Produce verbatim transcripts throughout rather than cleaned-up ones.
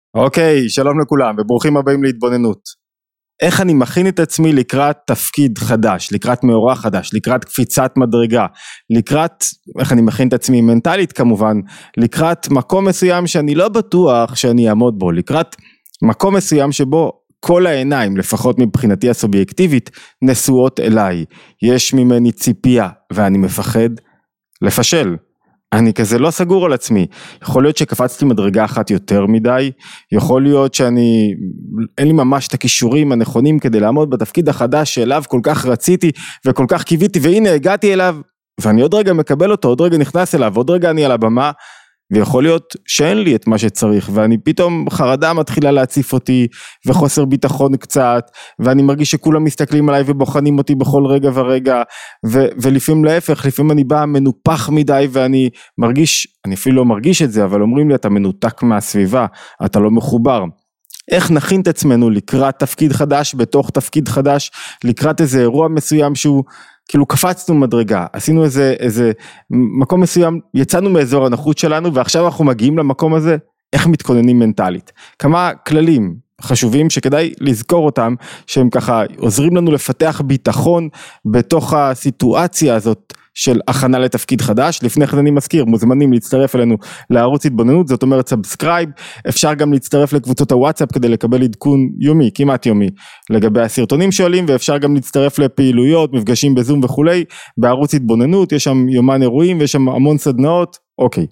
אוקיי, שלום לכולם וברוכים הבאים להתבוננות. איך אני מכין את עצמי לקראת תפקיד חדש, לקראת מאורע חדש, לקראת קפיצת מדרגה, לקראת, איך אני מכין את עצמי מנטלית כמובן, לקראת מקום מסוים שאני לא בטוח שאני אעמוד בו, לקראת מקום מסוים שבו כל העיניים, לפחות מבחינתי הסובייקטיבית, נשואות אליי. יש ממני ציפייה ואני מפחד לפשל. אני כזה לא סגור על עצמי, יכול להיות שקפצתי מדרגה אחת יותר מדי, יכול להיות שאני, אין לי ממש את הכישורים הנכונים כדי לעמוד בתפקיד החדש שאליו כל כך רציתי וכל כך קיוויתי, והנה הגעתי אליו, ואני עוד רגע מקבל אותו, עוד רגע נכנס אליו, עוד רגע אני על הבמה, ויכול להיות שאין לי את מה שצריך, ואני פתאום חרדה מתחילה להציף אותי, וחוסר ביטחון קצת, ואני מרגיש שכולם מסתכלים עליי ובוחנים אותי בכל רגע ורגע, ו- ולפעמים להפך, לפעמים אני בא מנופח מדי, ואני מרגיש, אני אפילו לא מרגיש את זה, אבל אומרים לי, אתה מנותק מהסביבה, אתה לא מחובר. איך נכין את עצמנו לקראת תפקיד חדש, בתוך תפקיד חדש, לקראת איזה אירוע מסוים שהוא, כאילו קפצנו מדרגה, עשינו איזה, איזה מקום מסוים, יצאנו מאזור הנוחות שלנו, ועכשיו אנחנו מגיעים למקום הזה, איך מתכוננים מנטלית. כמה כללים חשובים שכדאי לזכור אותם, שהם ככה עוזרים לנו לפתח ביטחון, בתוך הסיטואציה הזאת, של הכנה לתפקיד חדש. לפני כן אני מזכיר, מוזמנים להצטרף אלינו לערוץ התבוננות, זאת אומרת סאבסקרייב, אפשר גם להצטרף לקבוצות הוואטסאפ כדי לקבל עדכון יומי, כמעט יומי, לגבי הסרטונים שעולים, ואפשר גם להצטרף לפעילויות, מפגשים בזום וכולי, בערוץ התבוננות, יש שם יומן אירועים, ויש שם המון סדנאות. אוקיי.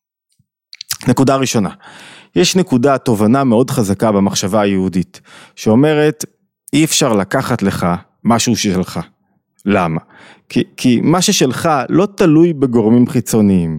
נקודה ראשונה, יש נקודה, תובנה מאוד חזקה במחשבה היהודית, שאומרת, אי אפשר לקחת לך משהו שלך. למה? כי, כי מה ששלך לא תלוי בגורמים חיצוניים.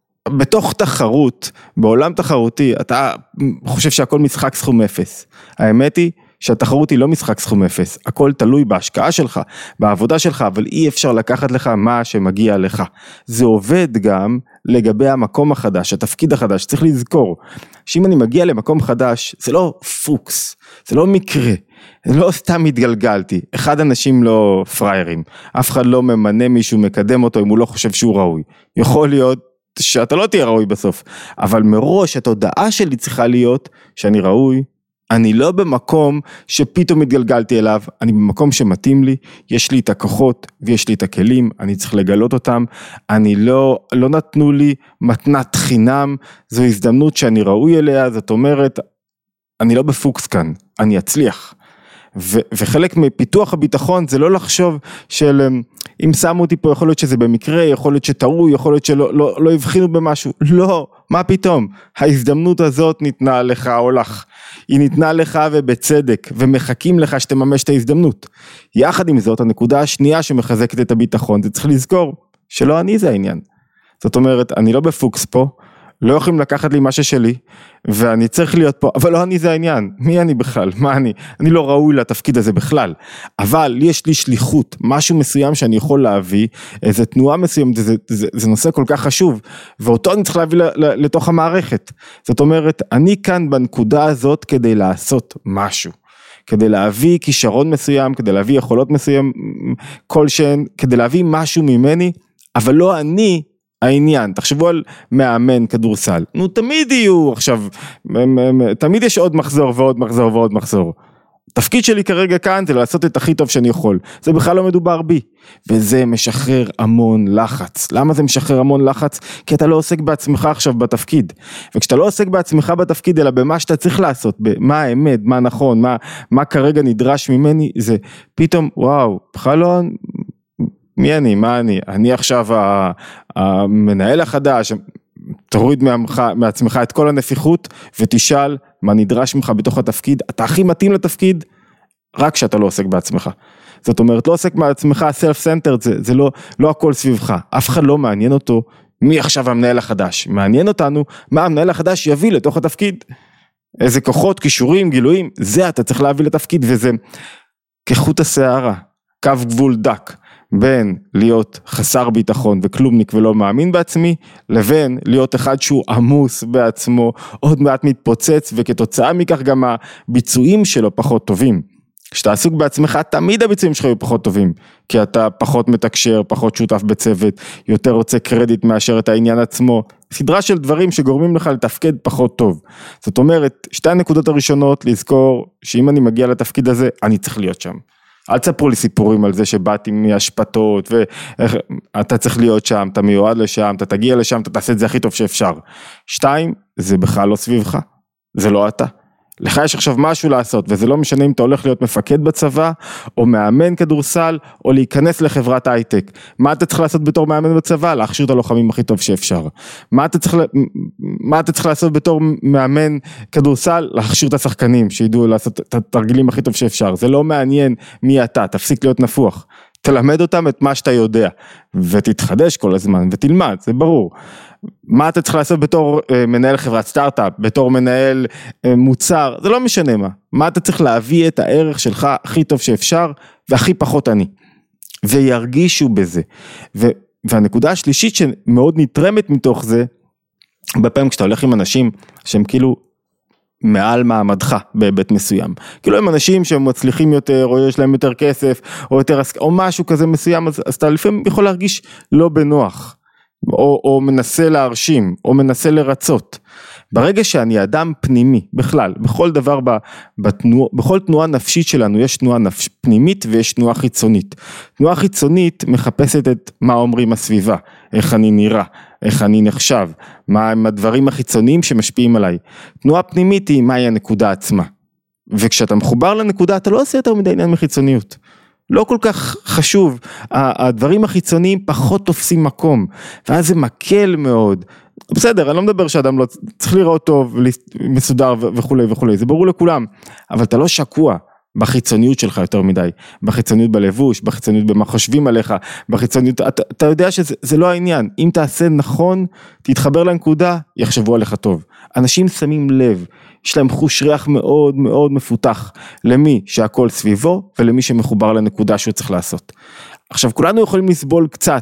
בתוך תחרות, בעולם תחרותי, אתה חושב שהכל משחק סכום אפס. האמת היא שהתחרות היא לא משחק סכום אפס. הכל תלוי בהשקעה שלך, בעבודה שלך, אבל אי אפשר לקחת לך מה שמגיע לך. זה עובד גם לגבי המקום החדש, התפקיד החדש. צריך לזכור שאם אני מגיע למקום חדש, זה לא פוקס, זה לא מקרה. לא סתם התגלגלתי, אחד אנשים לא פריירים, אף אחד לא ממנה מישהו, מקדם אותו אם הוא לא חושב שהוא ראוי. יכול להיות שאתה לא תהיה ראוי בסוף, אבל מראש התודעה שלי צריכה להיות שאני ראוי, אני לא במקום שפתאום התגלגלתי אליו, אני במקום שמתאים לי, יש לי את הכוחות ויש לי את הכלים, אני צריך לגלות אותם, אני לא, לא נתנו לי מתנת חינם, זו הזדמנות שאני ראוי אליה, זאת אומרת, אני לא בפוקס כאן, אני אצליח. ו- וחלק מפיתוח הביטחון זה לא לחשוב של אם שמו אותי פה יכול להיות שזה במקרה, יכול להיות שטעו, יכול להיות שלא לא, לא הבחינו במשהו. לא, מה פתאום? ההזדמנות הזאת ניתנה לך או לך. היא ניתנה לך ובצדק, ומחכים לך שתממש את ההזדמנות. יחד עם זאת, הנקודה השנייה שמחזקת את הביטחון, זה צריך לזכור שלא אני זה העניין. זאת אומרת, אני לא בפוקס פה, לא יכולים לקחת לי משהו שלי, ואני צריך להיות פה, אבל לא אני זה העניין, מי אני בכלל, מה אני, אני לא ראוי לתפקיד הזה בכלל, אבל יש לי שליחות, משהו מסוים שאני יכול להביא, איזו תנועה מסוימת, זה, זה, זה נושא כל כך חשוב, ואותו אני צריך להביא לתוך המערכת, זאת אומרת, אני כאן בנקודה הזאת כדי לעשות משהו, כדי להביא כישרון מסוים, כדי להביא יכולות מסוים, כלשהן, כדי להביא משהו ממני, אבל לא אני, העניין, תחשבו על מאמן כדורסל, נו תמיד יהיו עכשיו, תמיד יש עוד מחזור ועוד מחזור ועוד מחזור, תפקיד שלי כרגע כאן זה לעשות את הכי טוב שאני יכול, זה בכלל לא מדובר בי, וזה משחרר המון לחץ. למה זה משחרר המון לחץ? כי אתה לא עוסק בעצמך עכשיו בתפקיד, וכשאתה לא עוסק בעצמך בתפקיד, אלא במה שאתה צריך לעשות, במה האמת, מה נכון, מה, מה כרגע נדרש ממני, זה פתאום, וואו, בכלל לא, מי אני, מה אני, אני עכשיו המנהל החדש, תוריד מעצמך את כל הנפיחות, ותשאל מה נדרש ממך בתוך התפקיד, אתה הכי מתאים לתפקיד, רק שאתה לא עוסק בעצמך. זאת אומרת, לא עוסק בעצמך, self-centered, זה, זה לא, לא הכל סביבך, אף אחד לא מעניין אותו, מי עכשיו המנהל החדש, מעניין אותנו, מה המנהל החדש יביא לתוך התפקיד, איזה כוחות, כישורים, גילויים, זה אתה צריך להביא לתפקיד, וזה כחוט השערה, קו גבול דק, בין להיות חסר ביטחון וכלומניק ולא מאמין בעצמי, לבין להיות אחד שהוא עמוס בעצמו, עוד מעט מתפוצץ, וכתוצאה מכך גם הביצועים שלו פחות טובים. כשאתה עסוק בעצמך, תמיד הביצועים שלך יהיו פחות טובים, כי אתה פחות מתקשר, פחות שותף בצוות, יותר רוצה קרדיט מאשר את העניין עצמו, סדרה של דברים שגורמים לך לתפקד פחות טוב. זאת אומרת, שתי הנקודות הראשונות, לזכור שאם אני מגיע לתפקיד הזה, אני צריך להיות שם. אל תספרו לי סיפורים על זה שבאתי מהשפטות, ואתה צריך להיות שם, אתה מיועד לשם, אתה תגיע לשם, אתה תעשה את זה הכי טוב שאפשר. שתיים, זה בכלל לא סביבך, זה לא אתה. לך יש עכשיו משהו לעשות, וזה לא משנה אם אתה הולך להיות מפקד בצבא, או מאמן כדורסל, או להיכנס לחברת הייטק. מה אתה צריך לעשות בתור מאמן בצבא? להכשיר את הלוחמים הכי טוב שאפשר. מה אתה צריך, מה אתה צריך לעשות בתור מאמן כדורסל? להכשיר את השחקנים, שידעו לעשות את התרגילים הכי טוב שאפשר. זה לא מעניין מי אתה, תפסיק להיות נפוח. תלמד אותם את מה שאתה יודע, ותתחדש כל הזמן, ותלמד, זה ברור. מה אתה צריך לעשות בתור מנהל חברת סטארט-אפ, בתור מנהל מוצר, זה לא משנה מה. מה אתה צריך להביא את הערך שלך הכי טוב שאפשר, והכי פחות אני. וירגישו בזה. ו- והנקודה השלישית שמאוד נתרמת מתוך זה, בפעמים כשאתה הולך עם אנשים שהם כאילו מעל מעמדך בהיבט מסוים. כאילו הם אנשים שהם מצליחים יותר, או יש להם יותר כסף, או יותר, או משהו כזה מסוים, אז, אז אתה לפעמים יכול להרגיש לא בנוח. או, או מנסה להרשים, או מנסה לרצות. ברגע שאני אדם פנימי, בכלל, בכל דבר, בתנוע, בכל תנועה נפשית שלנו, יש תנועה נפש, פנימית ויש תנועה חיצונית. תנועה חיצונית מחפשת את מה אומרים הסביבה, איך אני נראה, איך אני נחשב, מה הם הדברים החיצוניים שמשפיעים עליי. תנועה פנימית היא מהי הנקודה עצמה. וכשאתה מחובר לנקודה, אתה לא עושה יותר מדי עניין מחיצוניות. לא כל כך חשוב, הדברים החיצוניים פחות תופסים מקום, ואז זה מקל מאוד, בסדר, אני לא מדבר שאדם לא צריך לראות טוב, מסודר וכו' וכו', זה ברור לכולם, אבל אתה לא שקוע בחיצוניות שלך יותר מדי, בחיצוניות בלבוש, בחיצוניות במה חושבים עליך, בחיצוניות, אתה, אתה יודע שזה לא העניין, אם תעשה נכון, תתחבר לנקודה, יחשבו עליך טוב, אנשים שמים לב, יש להם חוש ריח מאוד מאוד מפותח, למי שהכל סביבו, ולמי שמחובר לנקודה שהוא צריך לעשות. עכשיו, כולנו יכולים לסבול קצת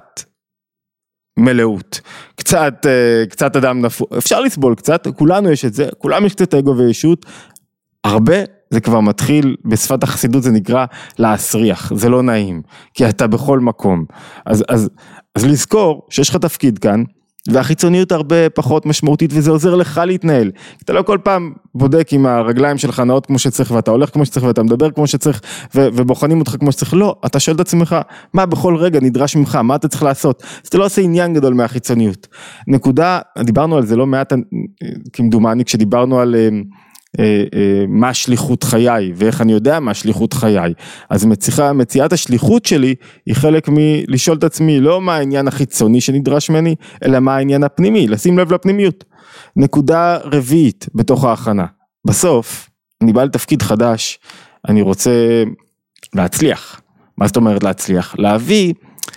מלאות, קצת, קצת אדם נפו, אפשר לסבול קצת, כולנו יש את זה, כולם יש קצת אגו וישות, הרבה זה כבר מתחיל, בשפת החסידות זה נקרא להסריח, זה לא נעים, כי אתה בכל מקום, אז, אז, אז לזכור שיש לך תפקיד כאן, והחיצוניות הרבה פחות משמעותית, וזה עוזר לך להתנהל. אתה לא כל פעם בודק עם הרגליים שלך נאות כמו שצריך, ואתה הולך כמו שצריך, ואתה מדבר כמו שצריך, ו- ובוחנים אותך כמו שצריך. לא, אתה שואל את עצמך, מה בכל רגע נדרש ממך, מה אתה צריך לעשות? אז אתה לא עושה עניין גדול מהחיצוניות. נקודה, דיברנו על זה לא מעט, כמדומני, כשדיברנו על מה שליחות חיי, ואיך אני יודע מה שליחות חיי. אז מציחה, מציאת השליחות שלי, היא חלק מלשאול את עצמי, לא מה העניין החיצוני שנדרש ממני, אלא מה העניין הפנימי, לשים לב לפנימיות. נקודה רביעית בתוך ההכנה. בסוף, אני בא לתפקיד חדש, אני רוצה להצליח. מה זאת אומרת להצליח? להביא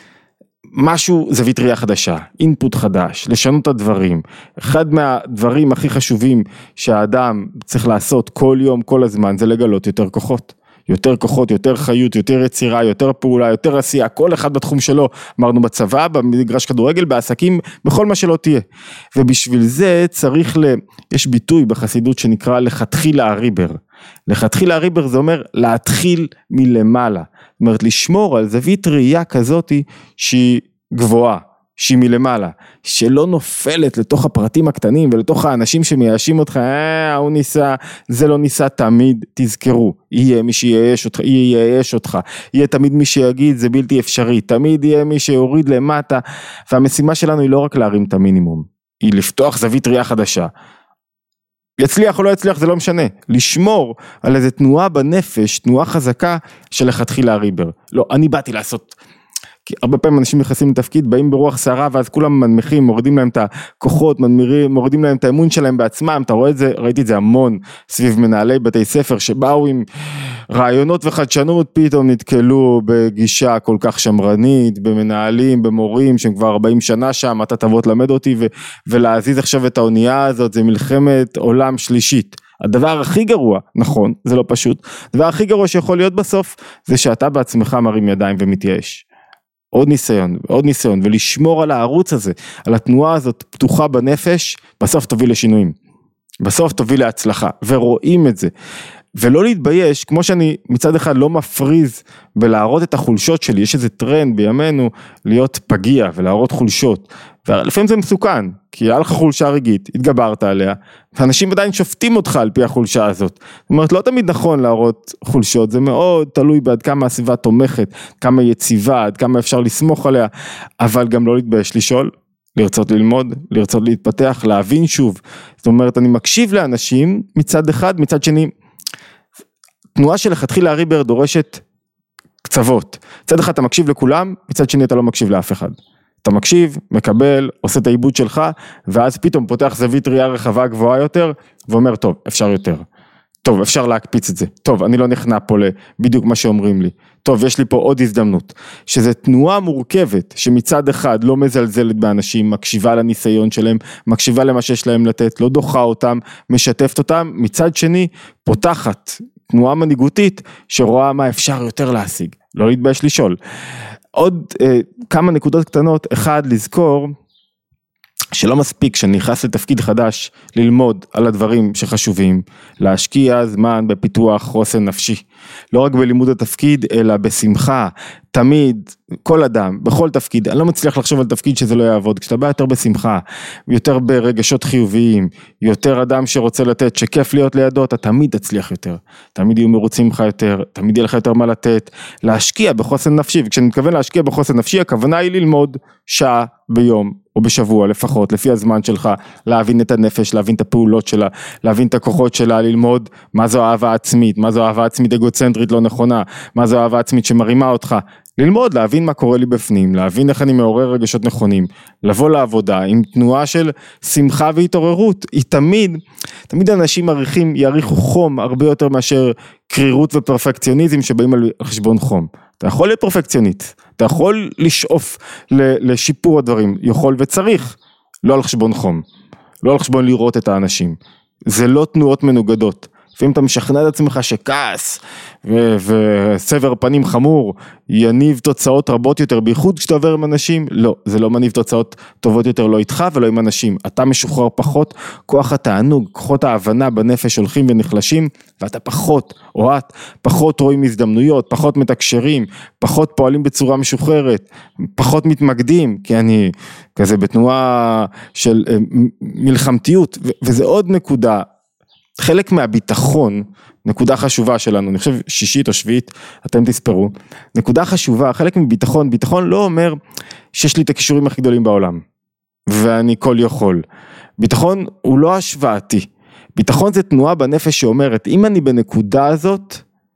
משהו, זווית ראייה חדשה, אינפוט חדש, לשנות את הדברים. אחד מהדברים הכי חשובים שהאדם צריך לעשות כל יום, כל הזמן, זה לגלות יותר כוחות. יותר כוחות, יותר חיות, יותר יצירה, יותר פעולה, יותר עשייה, כל אחד בתחום שלו, אמרנו בצבא, במגרש כדורגל, בעסקים, בכל מה שלא תהיה. ובשביל זה צריך ל... יש ביטוי בחסידות שנקרא לכתחילה הריבר. לכתחילה הריבר זה אומר להתחיל מלמעלה. זאת אומרת, לשמור על זווית ראייה כזאת שהיא גבוהה, שהיא מלמעלה, שלא נופלת לתוך הפרטים הקטנים ולתוך האנשים שמייאשים אותך, אה, הוא ניסה, זה לא ניסה, תמיד תזכרו, יהיה מי שייאש אותך, ייאש אותך, יהיה תמיד מי שיגיד, זה בלתי אפשרי, תמיד יהיה מי שיוריד למטה, והמשימה שלנו היא לא רק להרים את המינימום, היא לפתוח זווית ראייה חדשה, יצליח או לא יצליח זה לא משנה, לשמור על איזו תנועה בנפש, תנועה חזקה של לכתחילה הריבר, לא, אני באתי לעשות, כי הרבה פעמים אנשים נכנסים לתפקיד, באים ברוח סערה, ואז כולם מנמיכים, מורידים להם את הכוחות, מנמירים, מורידים להם את האמון שלהם בעצמם, אתה רואה את זה, ראיתי את זה המון, סביב מנהלי בתי ספר, שבאו עם רעיונות וחדשנות, פתאום נתקלו בגישה כל כך שמרנית, במנהלים, במורים, שהם כבר ארבעים שנה שם, אתה תבוא תלמד אותי, ו- ולהזיז עכשיו את האונייה הזאת, זה מלחמת עולם שלישית. הדבר הכי גרוע, נכון, זה לא פשוט, הדבר הכי גרוע שיכול להיות בסוף, זה שאתה בעצמך מרים ידיים ומתייאש. עוד ניסיון, עוד ניסיון, ולשמור על הערוץ הזה, על התנועה הזאת פתוחה בנפש, בסוף תוביל לשינויים, בסוף תוביל להצלחה, ורואים את זה, ולא להתבייש, כמו שאני מצד אחד לא מפריז בלהראות את החולשות שלי, יש איזה טרנד בימינו להיות פגיע ולהראות חולשות, ולפעמים זה מסוכן, כי היה לך חולשה רגעית, התגברת עליה, ואנשים עדיין שופטים אותך על פי החולשה הזאת, זאת אומרת לא תמיד נכון להראות חולשות, זה מאוד תלוי בעד כמה הסביבה תומכת, כמה יציבה, עד כמה אפשר לסמוך עליה, אבל גם לא להתבייש לשאול, לרצות ללמוד, לרצות להתפתח, להבין שוב, זאת אומרת אני מקשיב לאנשים מצד אחד, מצד שני, תנועה שלכתחילה הריבר דורשת קצוות, מצד אחד אתה מקשיב לכולם, מצד שני אתה לא מקשיב לאף אחד, אתה מקשיב, מקבל, עושה את העיבוד שלך, ואז פתאום פותח זווית ראייה רחבה גבוהה יותר, ואומר טוב, אפשר יותר, טוב, אפשר להקפיץ את זה, טוב, אני לא נכנע פה לבדיוק מה שאומרים לי, טוב, יש לי פה עוד הזדמנות, שזה תנועה מורכבת, שמצד אחד לא מזלזלת באנשים, מקשיבה לניסיון שלהם, מקשיבה למה שיש להם לתת, לא דוחה אותם, משתפת אותם, מצד שני, פותחת תנועה מנהיגותית, שרואה מה אפשר יותר להשיג, לא להתבייש לשאול. עוד אה, כמה נקודות קטנות, אחד, לזכור, שלא מספיק שנכנס לתפקיד חדש, ללמוד על הדברים שחשובים, להשקיע זמן בפיתוח חוסן נפשי, לא רק בלימוד התפקיד, אלא בשמחה, תמיד, כל אדם, בכל תפקיד, אני לא מצליח לחשוב על תפקיד שזה לא יעבוד, כשאתה בא יותר בשמחה, יותר ברגשות חיוביים, יותר אדם שרוצה לתת, שכיף להיות לידו, אתה תמיד תצליח יותר, תמיד יהיו מרוצים ממך יותר, תמיד יהיה לך יותר מה לתת, להשקיע בחוסן נפשי, וכשאני מתכוון להשקיע בחוסן נפשי, הכוונה היא ללמוד שעה ביום, או בשבוע לפחות, לפי הזמן שלך, להבין את הנפש, להבין את הפעולות שלה, להבין את הכוחות שלה, ללמוד מה זו אהבה עצמית, מה זו אהבה עצמית אגוצנטרית לא נכונה, מה זו אהבה עצמית שמרימה אותך, ללמוד, להבין מה קורה לי בפנים, להבין איך אני מעורר רגשות נכונים, לבוא לעבודה עם תנועה של שמחה והתעוררות, היא תמיד, תמיד אנשים מעריכים, יעריכו חום הרבה יותר מאשר קרירות ופרפקציוניזם שבאים על חשבון חום. אתה יכול להיות פרפקציונית, אתה יכול לשאוף לשיפור הדברים, יכול וצריך, לא על חשבון חום, לא על חשבון לראות את האנשים, זה לא תנועות מנוגדות, לפעמים אתה משכנע את עצמך שכעס ו- וסבר פנים חמור יניב תוצאות רבות יותר, בייחוד כשאתה עובר עם אנשים, לא, זה לא מניב תוצאות טובות יותר, לא איתך ולא עם אנשים, אתה משוחרר פחות, כוח התענוג, כוחות ההבנה בנפש הולכים ונחלשים, ואתה פחות, או את, פחות רואים הזדמנויות, פחות מתקשרים, פחות פועלים בצורה משוחררת, פחות מתמקדים, כי אני כזה בתנועה של מלחמתיות, ו- וזה עוד נקודה, חלק מהביטחון, נקודה חשובה שלנו, אני חושב שישית או שביעית, אתם תספרו, נקודה חשובה, חלק מביטחון, ביטחון לא אומר שיש לי את הכישורים הכי גדולים בעולם, ואני כל יכול. ביטחון הוא לא השוואתי, ביטחון זה תנועה בנפש שאומרת, אם אני בנקודה הזאת,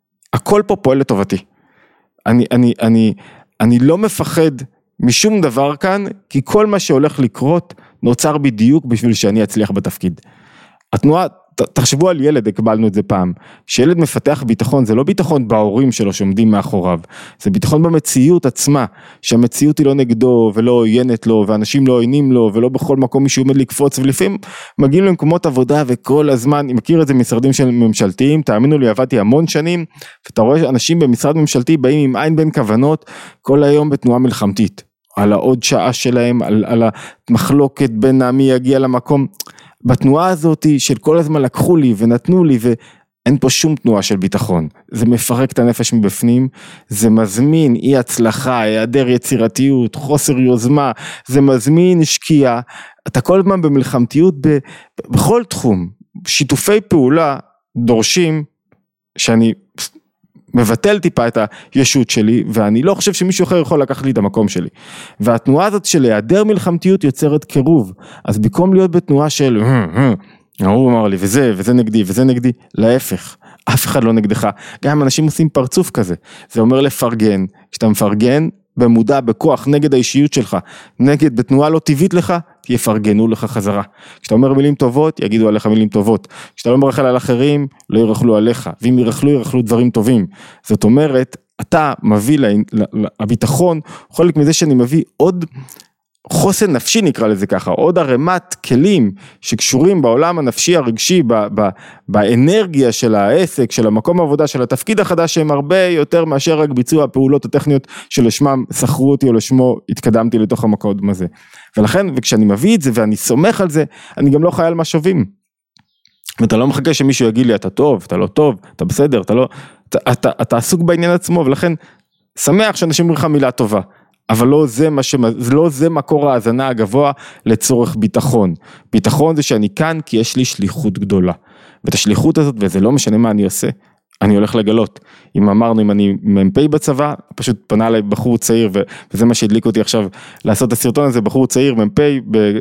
הכל פה פועל לטובתי. אני, אני, אני, אני לא מפחד משום דבר כאן, כי כל מה שהולך לקרות, נוצר בדיוק בשביל שאני אצליח בתפקיד. התנועה, תחשבו על ילד, הקבלנו את זה פעם, שילד מפתח ביטחון, זה לא ביטחון בהורים שלו שעומדים מאחוריו, זה ביטחון במציאות עצמה, שהמציאות היא לא נגדו ולא עוינת לו, ואנשים לא עוינים לו, ולא בכל מקום מישהו עומד לקפוץ, ולפעמים מגיעים למקומות עבודה וכל הזמן, אני מכיר את זה משרדים של ממשלתיים, תאמינו לי, עבדתי המון שנים, ואתה רואה אנשים במשרד ממשלתי באים עם עין בין כוונות, כל היום בתנועה מלחמתית, על העוד שעה שלהם, על, על המחלוקת בין מי יגיע למקום, בתנועה הזאת של כל הזמן לקחו לי ונתנו לי ואין פה שום תנועה של ביטחון, זה מפרק את הנפש מבפנים, זה מזמין אי הצלחה, היעדר יצירתיות, חוסר יוזמה, זה מזמין שקיעה, אתה כל הזמן במלחמתיות ב, בכל תחום, שיתופי פעולה דורשים שאני מבטל טיפה את הישות שלי, ואני לא חושב שמישהו אחר יכול לקחת לי את המקום שלי. והתנועה הזאת של היעדר מלחמתיות יוצרת קירוב. אז במקום להיות בתנועה של, הוא אמר לי, וזה, וזה נגדי, וזה נגדי, להפך, אף אחד לא נגדך. גם אנשים עושים פרצוף כזה. זה אומר לפרגן. כשאתה מפרגן, במודע, בכוח, נגד האישיות שלך, נגד, בתנועה לא טבעית לך, יפרגנו לך חזרה. כשאתה אומר מילים טובות, יגידו עליך מילים טובות. כשאתה לא מרחל על אחרים, לא ירחלו עליך. ואם ירחלו, ירחלו דברים טובים. זאת אומרת, אתה מביא לביטחון, חלק מזה שאני מביא עוד חוסן נפשי נקרא לזה ככה, עוד הרמת כלים שקשורים בעולם הנפשי הרגשי, ב, ב, באנרגיה של העסק, של המקום העבודה, של התפקיד החדש, שהם הרבה יותר מאשר רק ביצוע הפעולות הטכניות שלשמם שכרו אותי או לשמו התקדמתי לתוך המקום הזה. ולכן, וכשאני מביא את זה ואני סומך על זה, אני גם לא חייל משאבים. ואתה לא מחכה שמישהו יגיד לי, אתה טוב, אתה לא טוב, אתה בסדר, אתה לא, אתה, אתה, אתה עסוק בעניין עצמו, ולכן שמח שאנשים אומרים לך מילה טובה, אבל לא זה, מה ש... לא זה מקור ההזנה הגבוה לצורך ביטחון. ביטחון זה שאני כאן כי יש לי שליחות גדולה. ואת השליחות הזאת, וזה לא משנה מה אני עושה, אני הולך לגלות. אם אמרנו, אם אני ממפי בצבא, פשוט פנה אליי בחור צעיר, ו... וזה מה שהדליק אותי עכשיו לעשות את הסרטון הזה, בחור צעיר, ממפי,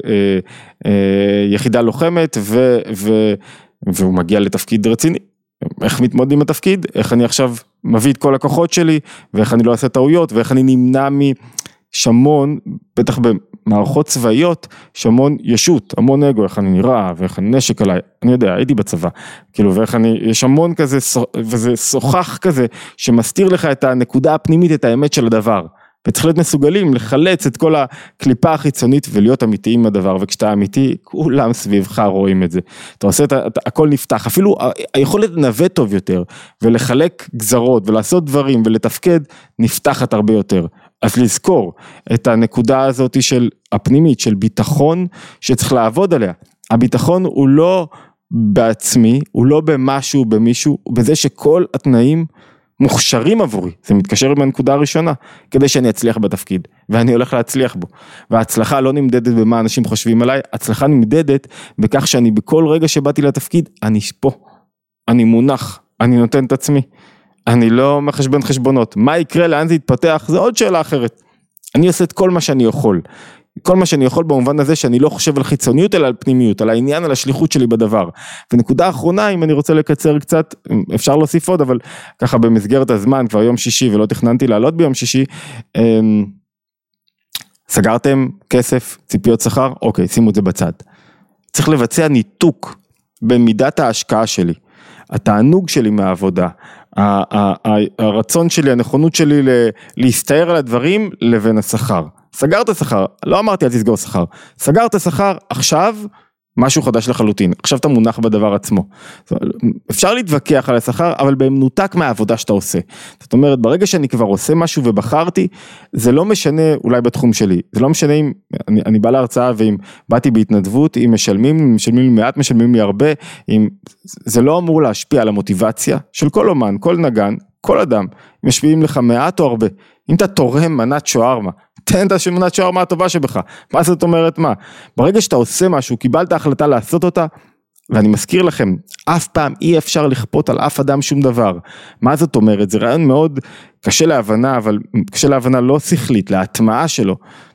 ביחידה לוחמת, ו... ו... והוא מגיע לתפקיד רציני. איך מתמודדים עם התפקיד, איך אני עכשיו מביא את כל הכוחות שלי, ואיך אני לא אעשה טעויות, ואיך אני נמנע משמון, בטח במערכות צבאיות, שמון ישות, המון אגו, איך אני נראה, ואיך אני נשק עליי, אני יודע, הייתי בצבא, כאילו, ואיך אני, יש המון כזה, וזה שוחח כזה, שמסתיר לך את הנקודה הפנימית, את האמת של הדבר, וצריך להיות מסוגלים לחלץ את כל הקליפה החיצונית ולהיות אמיתי עם הדבר, וכשאתה אמיתי, כולם סביבך רואים את זה. אתה עושה את הכל נפתח, אפילו היכולת לנווט טוב יותר, ולחלק גזרות, ולעשות דברים, ולתפקד, נפתחת הרבה יותר. אז לזכור את הנקודה הזאת של הפנימית, של ביטחון, שצריך לעבוד עליה. הביטחון הוא לא בעצמי, הוא לא במשהו, במישהו, הוא בזה שכל התנאים מוכשרים עבורי, זה מתקשר עם הנקודה הראשונה, כדי שאני אצליח בתפקיד, ואני הולך להצליח בו, וההצלחה לא נמדדת במה אנשים חושבים עליי, הצלחה נמדדת בכך שאני בכל רגע שבאתי לתפקיד, אני פה, אני מונח, אני נותן את עצמי, אני לא מחשבן חשבונות, מה יקרה, לאן זה יתפתח, זה עוד שאלה אחרת, אני עושה את כל מה שאני יכול, כל מה שאני יכול במובן הזה שאני לא חושב על חיצוניות אלא על פנימיות, על העניין, על השליחות שלי בדבר. ונקודה האחרונה, אם אני רוצה לקצר קצת, אפשר להוסיף עוד, אבל ככה במסגרת הזמן, כבר יום שישי ולא תכננתי לעלות ביום שישי, סגרתם כסף, ציפיות שכר, אוקיי, שימו את זה בצד. צריך לבצע ניתוק במידת ההשקעה שלי, התענוג שלי מהעבודה, הרצון שלי, הנכונות שלי להסתער על הדברים לבין השכר. סגרת שכר, לא אמרתי על תסגור שכר, סגרת שכר, עכשיו משהו חדש לחלוטין, עכשיו אתה מונח בדבר עצמו, אפשר להתווכח על השכר, אבל במנותק מהעבודה שאתה עושה, זאת אומרת, ברגע שאני כבר עושה משהו ובחרתי, זה לא משנה אולי בתחום שלי, זה לא משנה אם, אני, אני בא להרצאה ואם באתי בהתנדבות, אם משלמים, אם משלמים לי מעט, משלמים לי הרבה, אם, זה לא אמור להשפיע על המוטיבציה של כל אומן, כל נגן, כל אדם, אם משפיעים לך מעט או הרבה, אם אתה תורם מנת שוארמה, תן את מנת שוארמה הטובה שבך, מה זאת אומרת מה? ברגע שאתה עושה משהו, קיבלת החלטה לעשות אותה, ואני מזכיר לכם, אף פעם אי אפשר לכפות על אף אדם שום דבר, מה זאת אומרת? זה רעיון מאוד קשה להבנה, אבל קשה להבנה לא שכלית, להטמעה שלו,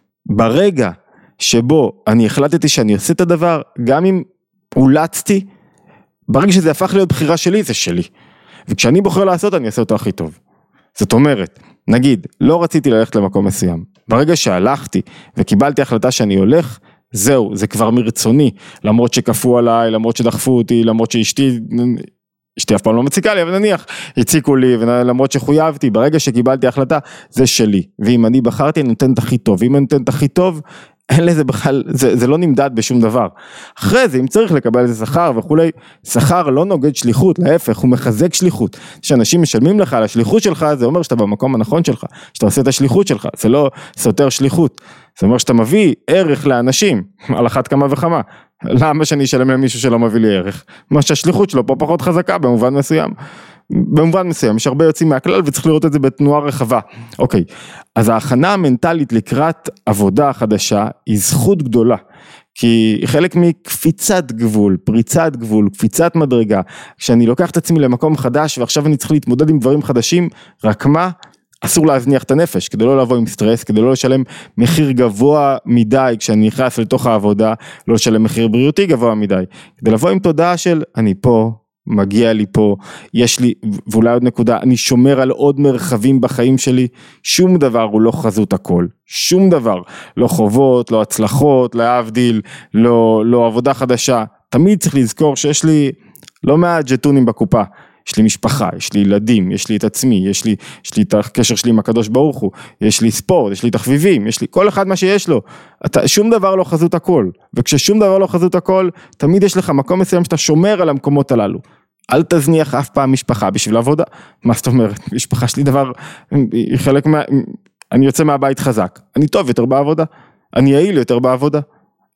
ברגע שבו אני החלטתי שאני עושה את הדבר, גם אם אולצתי, ברגע שזה הפך להיות בחירה שלי, זה שלי, וכשאני בוחר לעשות, אני אעשה אותו הכי טוב. זאת אומרת, נגיד, לא רציתי ללכת למקום מסוים, ברגע שהלכתי וקיבלתי החלטה שאני הולך, זהו, זה כבר מרצוני, למרות שכפו עליי, למרות שדחפו אותי, למרות שאשתי, אשתי אף פעם לא מציקה לי, אבל נניח, הציקו לי, ולמרות שחויבתי, ברגע שקיבלתי החלטה, זה שלי, ואם אני בחרתי, אני נותן את הכי טוב, ואם אני נותן את הכי טוב, אין לזה בכלל, זה, זה לא נמדד בשום דבר. אחרי זה, אם צריך לקבל איזה שכר וכולי, שכר לא נוגד שליחות, להפך, הוא מחזק שליחות. שאנשים משלמים לך על השליחות שלך, זה אומר שאתה במקום הנכון שלך, שאתה עושה את השליחות שלך, זה לא סותר שליחות. זה אומר שאתה מביא ערך לאנשים, על אחת כמה וכמה. למה שאני אשלם למישהו שלא מביא לי ערך? מה שהשליחות שלו פה פחות חזקה, במובן מסוים. במובן מסוים, יש הרבה יוצאים מהכלל וצריך לראות את זה בתנועה רחבה. אוקיי, אז ההכנה המנטלית לקראת עבודה חדשה היא זכות גדולה, כי היא חלק מקפיצת גבול, פריצת גבול, קפיצת מדרגה, כשאני לוקח את עצמי למקום חדש ועכשיו אני צריך להתמודד עם דברים חדשים, רק מה? אסור להזניח את הנפש, כדי לא לבוא עם סטרס, כדי לא לשלם מחיר גבוה מדי, כשאני נכנס לתוך העבודה, לא לשלם מחיר בריאותי גבוה מדי, כדי לבוא עם תודעה של אני פה, מגיע לי פה, יש לי, ואולי עוד נקודה, אני שומר על עוד מרחבים בחיים שלי, שום דבר הוא לא חזות הכל, שום דבר, לא חובות, לא הצלחות, להבדיל, לא, לא עבודה חדשה, תמיד צריך לזכור שיש לי לא מעט ג'טונים בקופה, יש לי משפחה, יש לי ילדים, יש לי את עצמי, יש לי, יש לי את הקשר שלי עם הקדוש ברוך הוא, יש לי ספורט, יש לי תחביבים, יש לי כל אחד מה שיש לו, אתה, שום דבר לא חזות הכל, וכששום דבר לא חזות הכל, תמיד יש לך מקום מסוים שאתה שומר על המקומות הללו, אל תזניח אף פעם משפחה בשביל עבודה, מה זאת אומרת, משפחה שלי דבר, היא חלק מה, אני יוצא מהבית חזק, אני טוב יותר בעבודה, אני יעיל יותר בעבודה,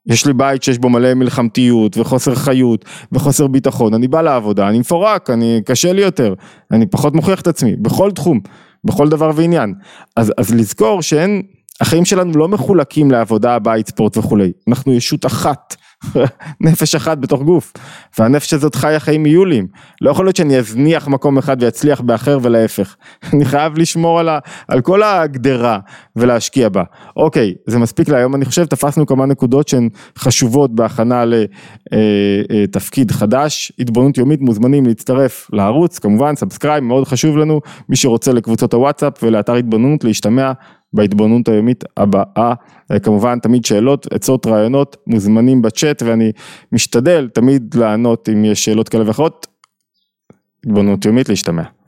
יש לי בית שיש בו מלא מלחמתיות וחוסר חיות וחוסר ביטחון, אני בא לעבודה, אני מפורק, אני קשה לי יותר, אני פחות מוכיח את עצמי, בכל תחום, בכל דבר ועניין. אז, אז לזכור שאין, החיים שלנו לא מחולקים לעבודה, בית, ספורט וכולי, אנחנו ישות אחת, נפש אחת בתוך גוף, והנפש הזאת חיה חיים מיולים, לא יכול להיות שאני אזניח מקום אחד ויצליח באחר ולהפך, אני חייב לשמור על, ה, על כל הגדרה ולהשקיע בה. אוקיי, זה מספיק להיום, אני חושב תפסנו כמה נקודות שהן חשובות בהכנה לתפקיד חדש, התבוננות יומית, מוזמנים להצטרף לערוץ, כמובן סאבסקרייב, מאוד חשוב לנו, מי שרוצה לקבוצות הוואטסאפ ולאתר התבוננות להשתמע בהתבוננות היומית הבאה, כמובן תמיד שאלות, עצות, רעיונות, מוזמנים בצ'אט ואני משתדל תמיד לענות אם יש שאלות כאלה ואחרות, התבוננות יומית להשתמע.